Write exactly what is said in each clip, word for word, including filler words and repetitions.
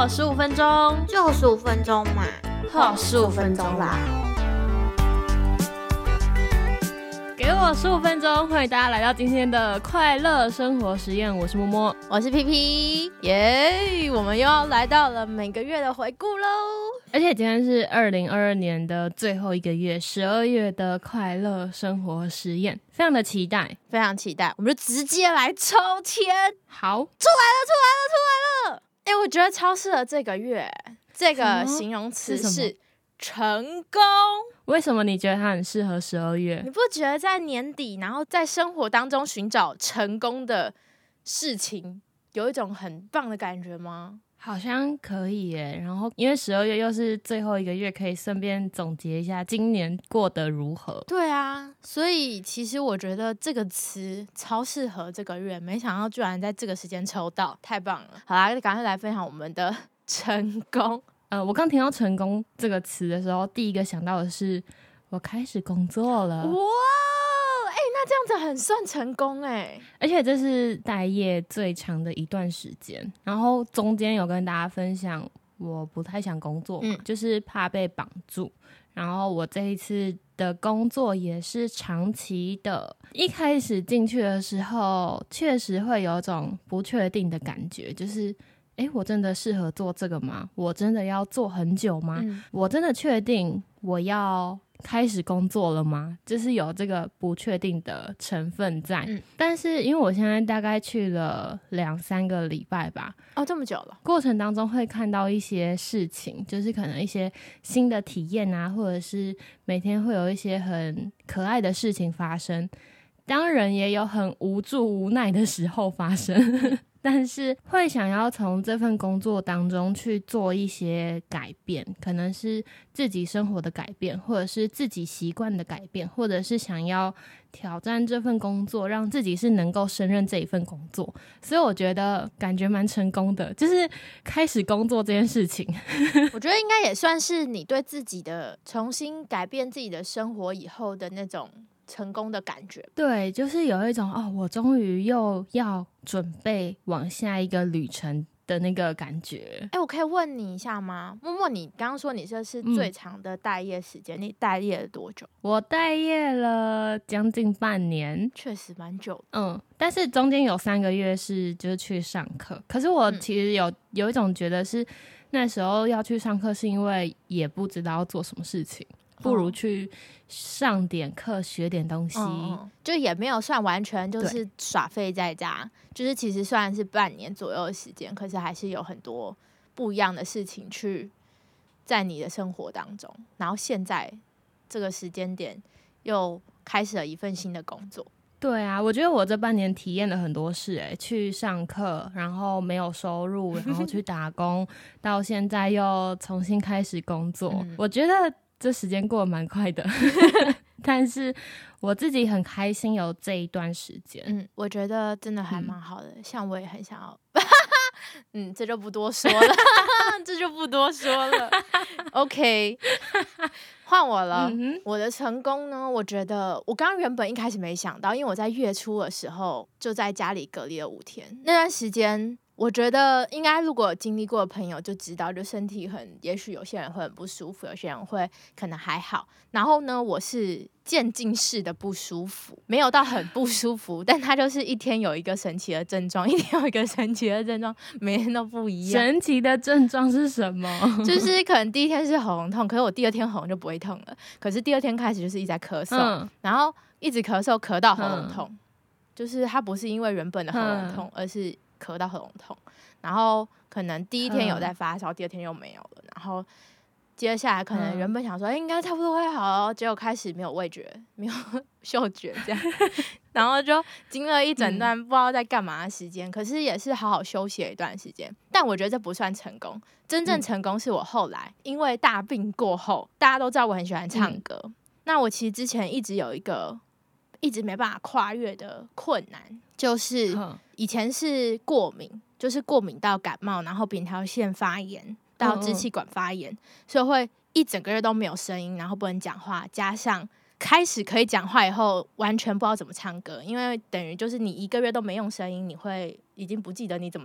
好十五分钟， 就十五分钟嘛， 好十五分钟啦。给我十五分钟，欢迎大家来到今天的快乐生活实验。我是摸摸， 我是 P P， 耶！我们又要来到了每个月的回顾喽。 而且今天是二零二二年的最后一个月，十二月的快乐生活实验，非常的期待， 非常期待。我们就直接来抽签。 好， 出来了，出来了，出来了！哎、欸，我觉得超适合这个月。这个形容词是成功。 为什么你觉得它很适合十二月？ 你不觉得在年底，然后在生活当中寻找成功的事情，有一种很棒的感觉吗？ 好像可以耶。然后因为十二月又是最后一个月，可以顺便总结一下今年过得如何。 对啊，所以其实我觉得这个词超适合这个月，没想到居然在这个时间抽到，太棒了。好啦，赶快来分享我们的成功。 呃，我刚听到成功这个词的时候，第一个想到的是我开始工作了。 哇，哎、欸，那这样子很算成功哎。 而且这是待业最长的一段时间，然后中间有跟大家分享我不太想工作，嗯，就是怕被绑住。然后我这一次的工作也是长期的，一开始进去的时候确实会有种不确定的感觉，就是诶，我真的适合做这个吗？我真的要做很久吗？嗯、我真的确定我要开始工作了吗？就是有这个不确定的成分在、嗯、但是因为我现在大概去了两三个礼拜吧， 哦，这么久了， 过程当中会看到一些事情，就是可能一些新的体验啊，或者是每天会有一些很可爱的事情发生，当然也有很无助无奈的时候发生但是会想要从这份工作当中去做一些改变，可能是自己生活的改变，或者是自己习惯的改变，或者是想要挑战这份工作，让自己是能够胜任这一份工作。所以我觉得感觉蛮成功的，就是开始工作这件事情我觉得应该也算是你对自己的重新改变自己的生活以后的那种成功的感觉。 对，就是有一种哦，我终于又要准备往下一个旅程的那个感觉。 哎、欸，我可以问你一下吗？默默，你刚刚说你这是最长的待业时间、嗯，你待业了多久？ 我待业了将近半年， 确实蛮久的。 嗯，但是中间有三个月是就是去上课，可是我其实有、嗯、有一种觉得是那时候要去上课，是因为也不知道要做什么事情。不如去上点课学点东西、 嗯、就也没有算完全就是耍废在家，就是其实虽然是半年左右的时间，可是还是有很多不一样的事情去在你的生活当中，然后现在这个时间点又开始了一份新的工作。 对啊，我觉得我这半年体验了很多事、欸、去上课，然后没有收入，然后去打工到现在又重新开始工作、嗯、我觉得这时间过得蛮快的但是我自己很开心有这一段时间。 嗯，我觉得真的还蛮好的、嗯、像我也很想要嗯，这就不多说了这就不多说了OK 换我了、嗯、我的成功呢，我觉得我刚刚原本一开始没想到，因为我在月初的时候就在家里隔离了五天，那段时间我觉得应该如果有经历过的朋友就知道，就身体很，也许有些人会很不舒服，有些人会可能还好。然后呢，我是渐进式的不舒服，没有到很不舒服，但它就是一天有一个神奇的症状，一天有一个神奇的症状，每天都不一样。 神奇的症状是什么？ 就是可能第一天是喉咙痛，可是我第二天喉咙就不会痛了。可是第二天开始就是一直在咳嗽、嗯，然后一直咳嗽咳到喉咙痛、嗯，就是它不是因为原本的喉咙痛，嗯、而是咳到喉咙痛，然后可能第一天有在发烧、嗯，第二天又没有了，然后接下来可能原本想说，哎、嗯欸，应该差不多会好，结果开始没有味觉，没有嗅觉这样，然后就经历一整段不知道在干嘛的时间、嗯，可是也是好好休息了一段时间。但我觉得这不算成功，真正成功是我后来、嗯、因为大病过后，大家都知道我很喜欢唱歌、嗯，那我其实之前一直有一个一直没办法跨越的困难，就是以前是过敏，就是过敏到感冒，然后扁桃腺发炎到支气管发炎、嗯、所以会一整个月都没有声音，然后不能讲话，加上开始可以讲话以后完全不知道怎么唱歌，因为等于就是你一个月都没用声音，你会已经不记得你怎么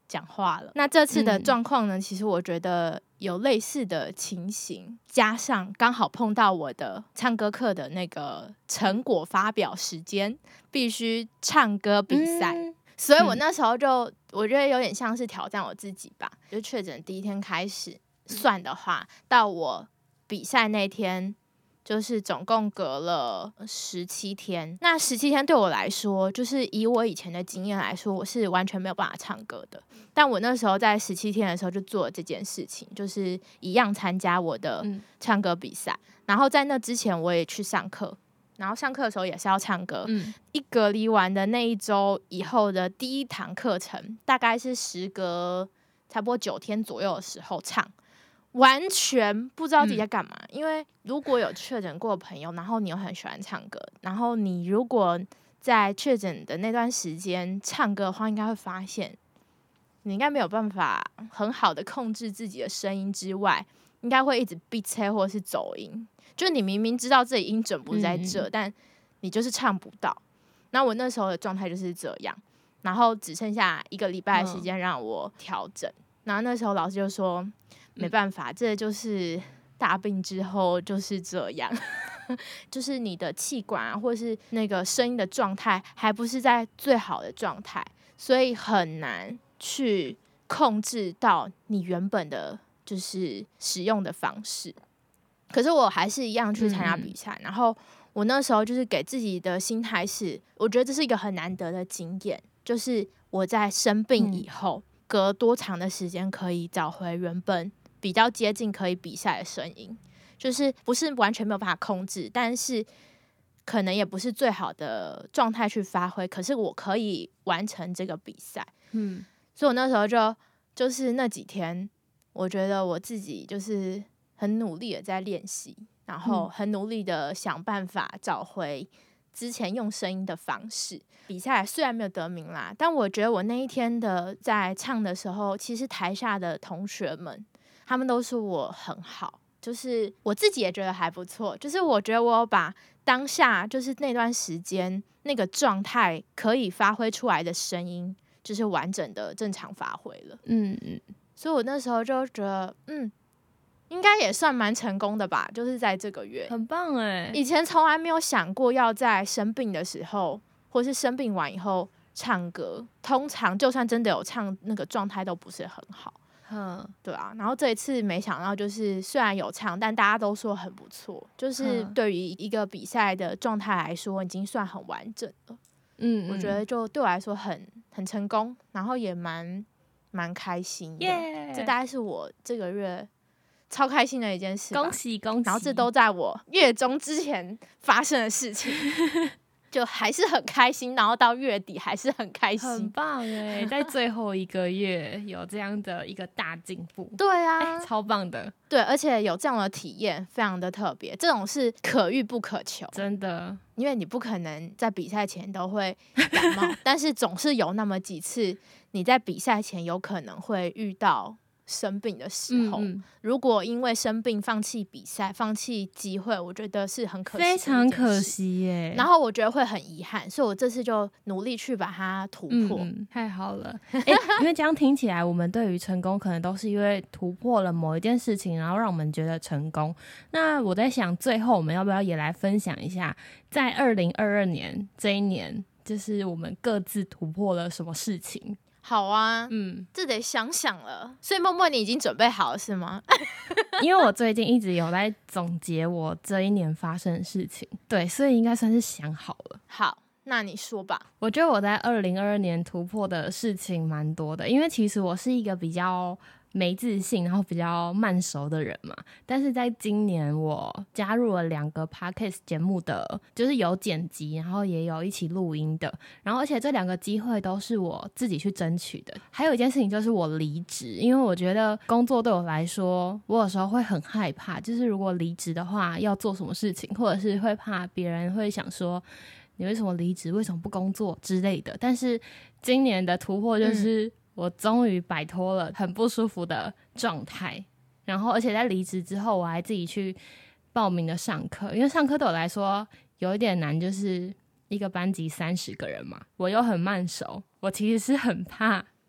讲话了。那这次的状况呢、嗯、其实我觉得有类似的情形，加上刚好碰到我的唱歌课的那个成果发表时间，必须唱歌比赛、嗯、所以我那时候就我觉得有点像是挑战我自己吧，就确诊第一天开始算的话，到我比赛那天就是总共隔了十七天。那十七天对我来说，就是以我以前的经验来说，我是完全没有办法唱歌的。但我那时候在十七天的时候就做了这件事情，就是一样参加我的唱歌比赛、嗯、然后在那之前我也去上课，然后上课的时候也是要唱歌、嗯、一隔离完的那一周以后的第一堂课程，大概是时隔差不多九天左右的时候唱，完全不知道自己在干嘛、嗯、因为如果有确诊过的朋友，然后你又很喜欢唱歌，然后你如果在确诊的那段时间唱歌的话，应该会发现你应该没有办法很好的控制自己的声音之外，应该会一直闭塞或者是走音，就你明明知道自己音准不在这、嗯、但你就是唱不到。那我那时候的状态就是这样，然后只剩下一个礼拜的时间让我调整、嗯、然后那时候老师就说没办法，这就是大病之后就是这样就是你的气管啊或是那个声音的状态还不是在最好的状态，所以很难去控制到你原本的就是使用的方式。可是我还是一样去参加比赛、嗯、然后我那时候就是给自己的心态是，我觉得这是一个很难得的经验，就是我在生病以后、嗯、隔多长的时间可以找回原本比较接近可以比赛的声音，就是不是完全没有办法控制，但是可能也不是最好的状态去发挥，可是我可以完成这个比赛。嗯，所以我那时候就就是那几天我觉得我自己就是很努力的在练习，然后很努力的想办法找回之前用声音的方式。比赛虽然没有得名啦，但我觉得我那一天的在唱的时候，其实台下的同学们他们都说我很好，就是我自己也觉得还不错，就是我觉得我有把当下就是那段时间那个状态可以发挥出来的声音就是完整的正常发挥了。嗯嗯，所以我那时候就觉得嗯应该也算蛮成功的吧，就是在这个月很棒耶。 以前从来没有想过要在生病的时候或是生病完以后唱歌，通常就算真的有唱，那个状态都不是很好。嗯，对啊，然后这一次没想到就是虽然有唱，但大家都说很不错，就是对于一个比赛的状态来说已经算很完整了。嗯，我觉得就对我来说很很成功，然后也蛮蛮开心的。Yeah! 这大概是我这个月超开心的一件事吧， 恭喜恭喜！ 然后这都在我月中之前发生的事情就还是很开心，然后到月底还是很开心， 很棒耶在最后一个月有这样的一个大进步对啊、 欸、超棒的。 对，而且有这样的体验非常的特别，这种是可遇不可求， 真的，因为你不可能在比赛前都会感冒但是总是有那么几次你在比赛前有可能会遇到生病的时候、嗯嗯、如果因为生病放弃比赛放弃机会，我觉得是很可惜的， 非常可惜耶。 然后我觉得会很遗憾，所以我这次就努力去把它突破。 嗯、太好了、欸、因为这样听起来我们对于成功可能都是因为突破了某一件事情然后让我们觉得成功。那我在想最后我们要不要也来分享一下在二零二二年这一年就是我们各自突破了什么事情。 好啊，嗯，这得想想了。所以默默你已经准备好了是吗？ 因为我最近一直有在总结我这一年发生的事情，对，所以应该算是想好了。 好，那你说吧。 我觉得我在二零二二年突破的事情蛮多的，因为其实我是一个比较没自信然后比较慢熟的人嘛，但是在今年我加入了两个 podcast 节目的，就是有剪辑然后也有一起录音的，然后而且这两个机会都是我自己去争取的。还有一件事情就是我离职，因为我觉得工作对我来说我有时候会很害怕，就是如果离职的话要做什么事情，或者是会怕别人会想说你为什么离职，为什么不工作之类的。但是今年的突破就是、嗯我终于摆脱了很不舒服的状态，然后而且在离职之后我还自己去报名了上课，因为上课对我来说有一点难，就是一个班级三十个人嘛，我又很慢熟，我其实是很怕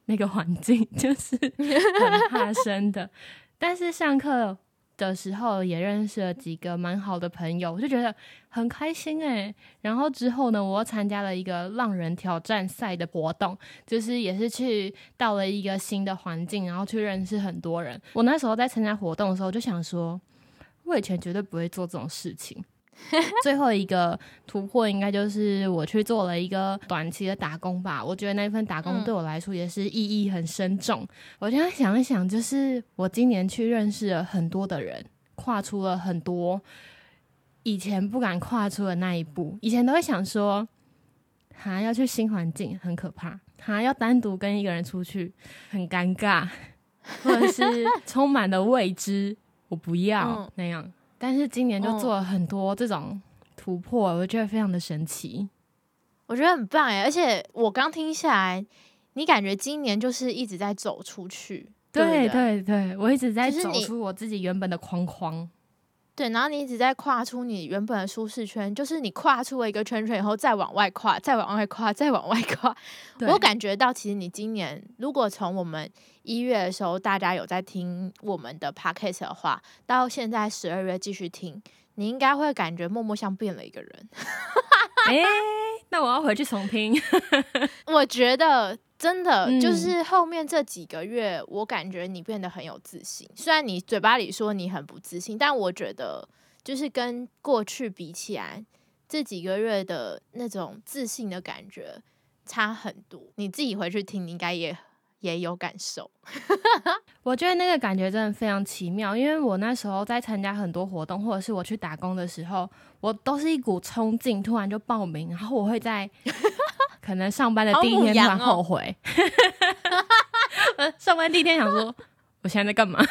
那个环境，就是很怕生的。但是上课的时候也认识了几个蛮好的朋友，我就觉得很开心欸。然后之后呢，我又参加了一个浪人挑战赛的活动，就是也是去到了一个新的环境，然后去认识很多人。我那时候在参加活动的时候就想说，我以前绝对不会做这种事情。最后一个突破应该就是我去做了一个短期的打工吧，我觉得那份打工对我来说也是意义很深重。嗯、我现在想一想，就是我今年去认识了很多的人，跨出了很多以前不敢跨出的那一步。以前都会想说哈要去新环境很可怕，哈要单独跟一个人出去很尴尬，或者是充满了未知我不要、嗯、那样。但是今年就做了很多这种突破、嗯、我觉得非常的神奇。 我觉得很棒耶，而且我刚听下来你感觉今年就是一直在走出去。 对对 对, 对，我一直在走出我自己原本的框框。 对，然后你一直在跨出你原本的舒适圈，就是你跨出了一个圈圈以后再往外跨，再往外跨，再往外跨。我感觉到其实你今年如果从我们一月的时候大家有在听我们的 podcast 的话，到现在十二月继续听，你应该会感觉默默像变了一个人。 欸，那我要回去重听。 我觉得真的就是后面这几个月、嗯、我感觉你变得很有自信，虽然你嘴巴里说你很不自信，但我觉得就是跟过去比起来，这几个月的那种自信的感觉差很多。你自己回去听你应该也也有感受。 我觉得那个感觉真的非常奇妙，因为我那时候在参加很多活动或者是我去打工的时候，我都是一股冲劲突然就报名，然后我会在可能上班的第一天突然后悔、哦、上班第一天想说我现在在干嘛。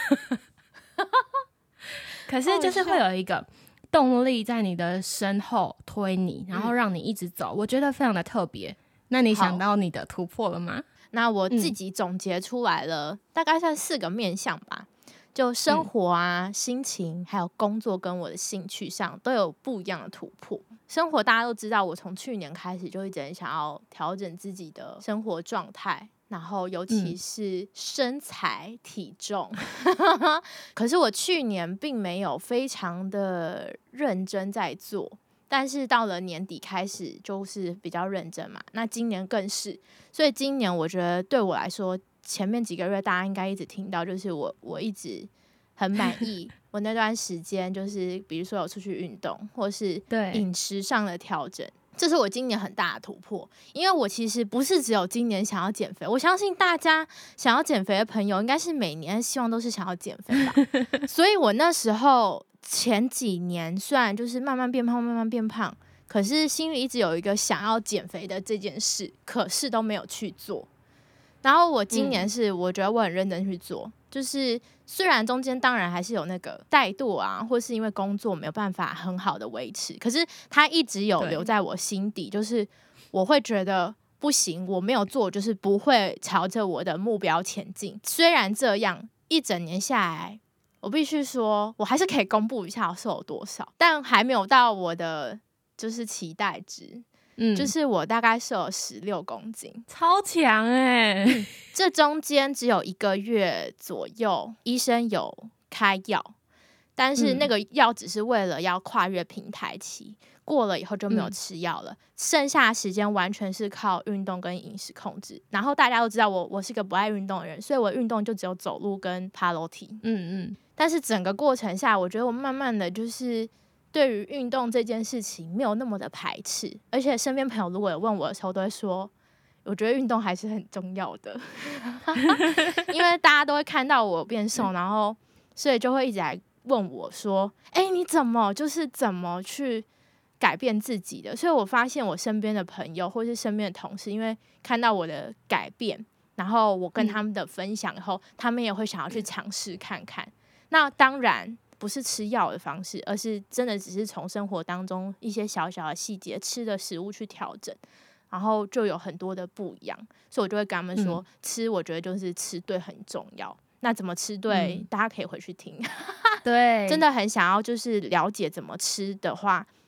可是就是会有一个动力在你的身后推你，然后让你一直走、嗯、我觉得非常的特别。那你想到你的突破了吗？ 那我自己总结出来了、嗯、大概算四个面向吧，就生活啊、嗯、心情还有工作跟我的兴趣上都有不一样的突破。生活大家都知道，我从去年开始就一直很想要调整自己的生活状态，然后尤其是身材体重可是我去年并没有非常的认真在做，但是到了年底开始就是比较认真嘛，那今年更是。所以今年我觉得对我来说，前面几个月大家应该一直听到，就是我我一直很满意我那段时间，就是比如说有出去运动或是饮食上的调整，这是我今年很大的突破。因为我其实不是只有今年想要减肥，我相信大家想要减肥的朋友应该是每年希望都是想要减肥吧所以我那时候前几年虽然就是慢慢变胖慢慢变胖，可是心里一直有一个想要减肥的这件事，可是都没有去做。然后我今年是我觉得我很认真去做、嗯、就是虽然中间当然还是有那个怠惰啊，或是因为工作没有办法很好的维持，可是它一直有留在我心底，就是我会觉得不行，我没有做就是不会朝着我的目标前进。虽然这样一整年下来，我必须说我还是可以公布一下我瘦了多少，但还没有到我的就是期待值。嗯，就是我大概瘦了十六公斤， 超强哎、欸！ 这中间只有一个月左右，医生有开药，但是那个药只是为了要跨越平台期，过了以后就没有吃药了、嗯、剩下的时间完全是靠运动跟饮食控制。然后大家都知道我我是个不爱运动的人，所以我运动就只有走路跟爬楼梯。嗯嗯，但是整个过程下，我觉得我慢慢的就是对于运动这件事情没有那么的排斥，而且身边朋友如果有问我的时候都会说我觉得运动还是很重要的因为大家都会看到我变瘦，然后所以就会一直来问我说哎、欸，你怎么就是怎么去改变自己的。所以我发现我身边的朋友或是身边的同事因为看到我的改变，然后我跟他们的分享以后、嗯、他们也会想要去尝试看看。那当然不是吃药的方式，而是真的只是从生活当中一些小小的细节吃的食物去调整，然后就有很多的不一样。所以我就会跟他们说、嗯、吃我觉得就是吃对很重要。那怎么吃对、嗯、大家可以回去听对真的很想要就是了解怎么吃的话，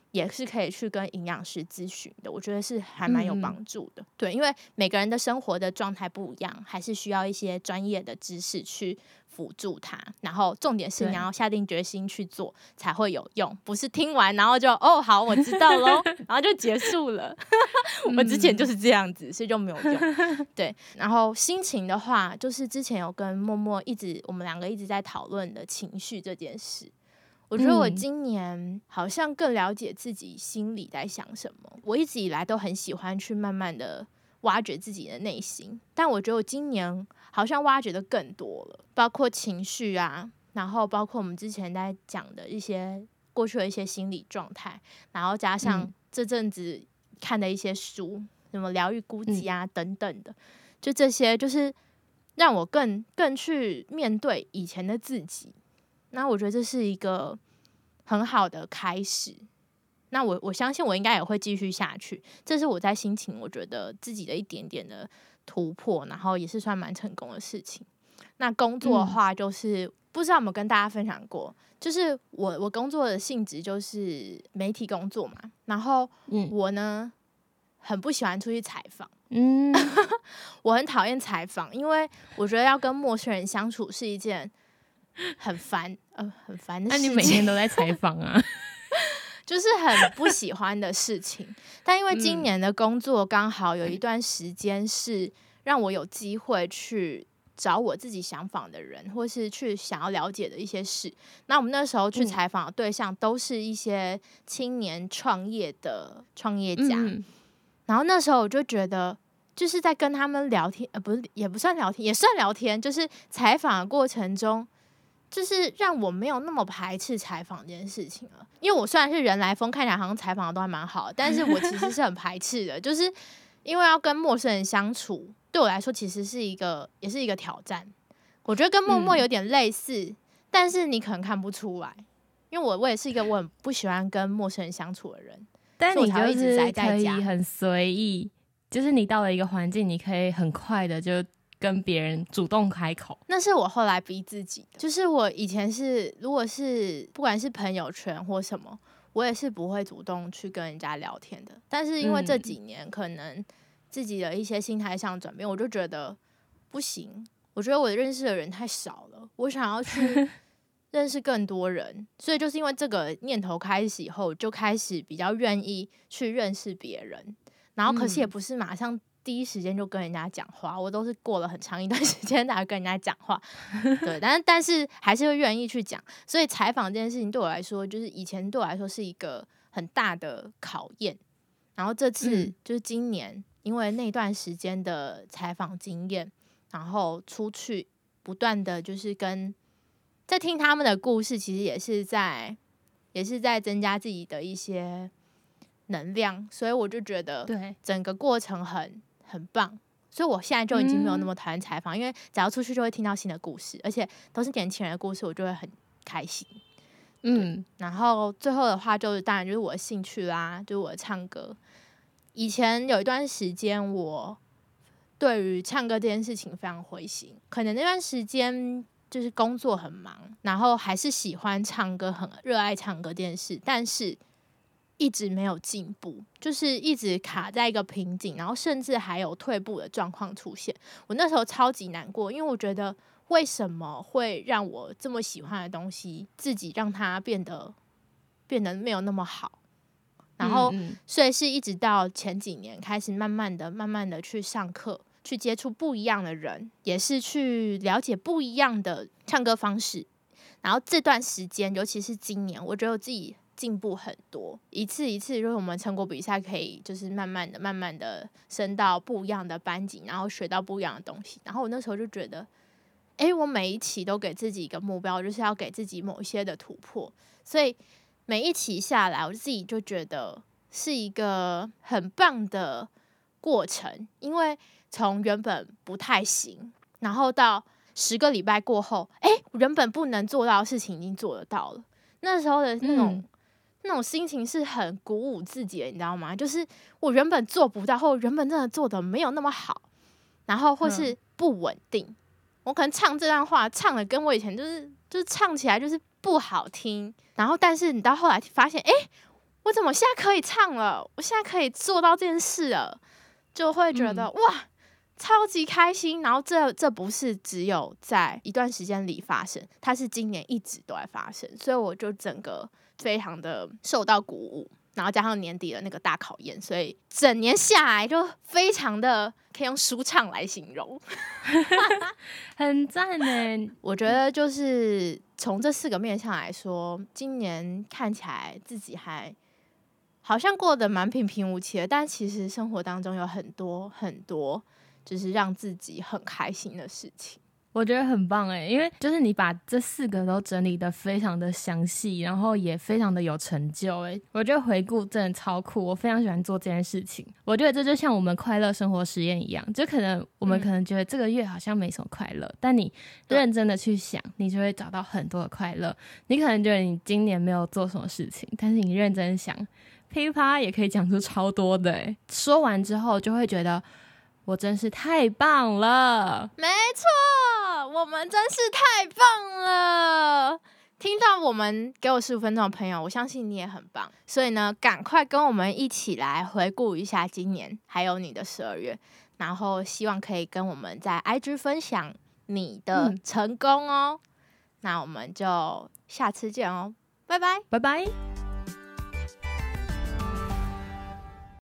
也是可以去跟营养师咨询的，我觉得是还蛮有帮助的、嗯、对，因为每个人的生活的状态不一样，还是需要一些专业的知识去辅助他，然后重点是你要下定决心去做才会有用，不是听完然后就哦好我知道咯然后就结束了我之前就是这样子，所以就没有用对，然后心情的话，就是之前有跟默默一直我们两个一直在讨论的情绪这件事，我觉得我今年好像更了解自己心里在想什么、嗯、我一直以来都很喜欢去慢慢的挖掘自己的内心，但我觉得我今年好像挖掘的更多了，包括情绪啊，然后包括我们之前在讲的一些过去的一些心理状态，然后加上这阵子看的一些书，什么疗愈孤寂啊、嗯、等等的，就这些就是让我更更去面对以前的自己，那我觉得这是一个很好的开始，那我我相信我应该也会继续下去，这是我在心情我觉得自己的一点点的突破，然后也是算蛮成功的事情。那工作的话就是、嗯、不知道有没有跟大家分享过，就是我我工作的性质就是媒体工作嘛，然后我呢、嗯、很不喜欢出去采访，嗯我很讨厌采访，因为我觉得要跟陌生人相处是一件很烦呃很烦的事情，那你每天都在采访啊就是很不喜欢的事情但因为今年的工作刚好有一段时间是让我有机会去找我自己想访的人，或是去想要了解的一些事，那我们那时候去采访的对象都是一些青年创业的创业家、嗯、然后那时候我就觉得就是在跟他们聊天呃，不是也不算聊天，也算聊天，就是采访的过程中就是让我没有那么排斥采访这件事情了，因为我虽然是人来疯，看起来好像采访的都还蛮好的，但是我其实是很排斥的就是因为要跟陌生人相处对我来说其实是一个也是一个挑战，我觉得跟默默有点类似、嗯、但是你可能看不出来，因为我我也是一个我很不喜欢跟陌生人相处的人， 但你就是可以很随意，就是你到了一个环境你可以很快的就跟别人主动开口， 那是我后来逼自己的，就是我以前是如果是不管是朋友圈或什么，我也是不会主动去跟人家聊天的，但是因为这几年可能自己的一些心态上转变，我就觉得不行，我觉得我认识的人太少了，我想要去认识更多人所以就是因为这个念头开始以后，就开始比较愿意去认识别人，然后可是也不是马上第一时间就跟人家讲话，我都是过了很长一段时间才跟人家讲话对，但是但是还是会愿意去讲，所以采访这件事情对我来说，就是以前对我来说是一个很大的考验，然后这次、嗯、就是今年因为那段时间的采访经验，然后出去不断的就是跟在听他们的故事，其实也是在也是在增加自己的一些能量，所以我就觉得整个过程很很棒，所以我现在就已经没有那么讨厌采访、嗯、因为只要出去就会听到新的故事，而且都是年轻人的故事，我就会很开心。嗯，然后最后的话就是当然就是我的兴趣啦，就是我的唱歌。以前有一段时间我对于唱歌这件事情非常灰心，可能那段时间就是工作很忙，然后还是喜欢唱歌，很热爱唱歌这件事，但是一直没有进步，就是一直卡在一个瓶颈，然后甚至还有退步的状况出现。我那时候超级难过，因为我觉得为什么会让我这么喜欢的东西自己让它变得变得没有那么好，然后所以是一直到前几年开始慢慢的慢慢的去上课，去接触不一样的人，也是去了解不一样的唱歌方式，然后这段时间尤其是今年，我觉得我自己进步很多，一次一次就是我们成果比赛可以就是慢慢的慢慢的升到不一样的班级，然后学到不一样的东西，然后我那时候就觉得诶，我每一期都给自己一个目标，就是要给自己某一些的突破，所以每一期下来我自己就觉得是一个很棒的过程，因为从原本不太行，然后到十个礼拜过后，诶，原本不能做到的事情已经做得到了，那时候的那种、嗯那种心情是很鼓舞自己的，你知道吗？就是我原本做不到，或原本真的做的没有那么好，然后或是不稳定、嗯、我可能唱这段话唱的跟我以前就是就是唱起来就是不好听，然后但是你到后来发现，哎， 我怎么现在可以唱了，我现在可以做到这件事了，就会觉得、嗯、哇超级开心。然后这这不是只有在一段时间里发生，它是今年一直都在发生，所以我就整个非常的受到鼓舞，然后加上年底的那个大考验，所以整年下来就非常的可以用舒畅来形容很赞耶。 我觉得就是从这四个面向来说，今年看起来自己还好像过得蛮平平无奇的，但其实生活当中有很多很多就是让自己很开心的事情。 我觉得很棒耶，因为就是你把这四个都整理得非常的详细，然后也非常的有成就耶。我觉得回顾真的超酷，我非常喜欢做这件事情。我觉得这就像我们快乐生活实验一样，就可能我们可能觉得这个月好像没什么快乐、嗯、但你认真的去想，你就会找到很多的快乐。你可能觉得你今年没有做什么事情，但是你认真想，噼啪也可以讲出超多的耶。说完之后就会觉得我真是太棒了。 没错，我们真是太棒了。听到我们给我十五分钟的朋友，我相信你也很棒。所以呢，赶快跟我们一起来回顾一下今年还有你的十二月，然后希望可以跟我们在 I G 分享你的成功哦、嗯、那我们就下次见哦，拜拜拜拜。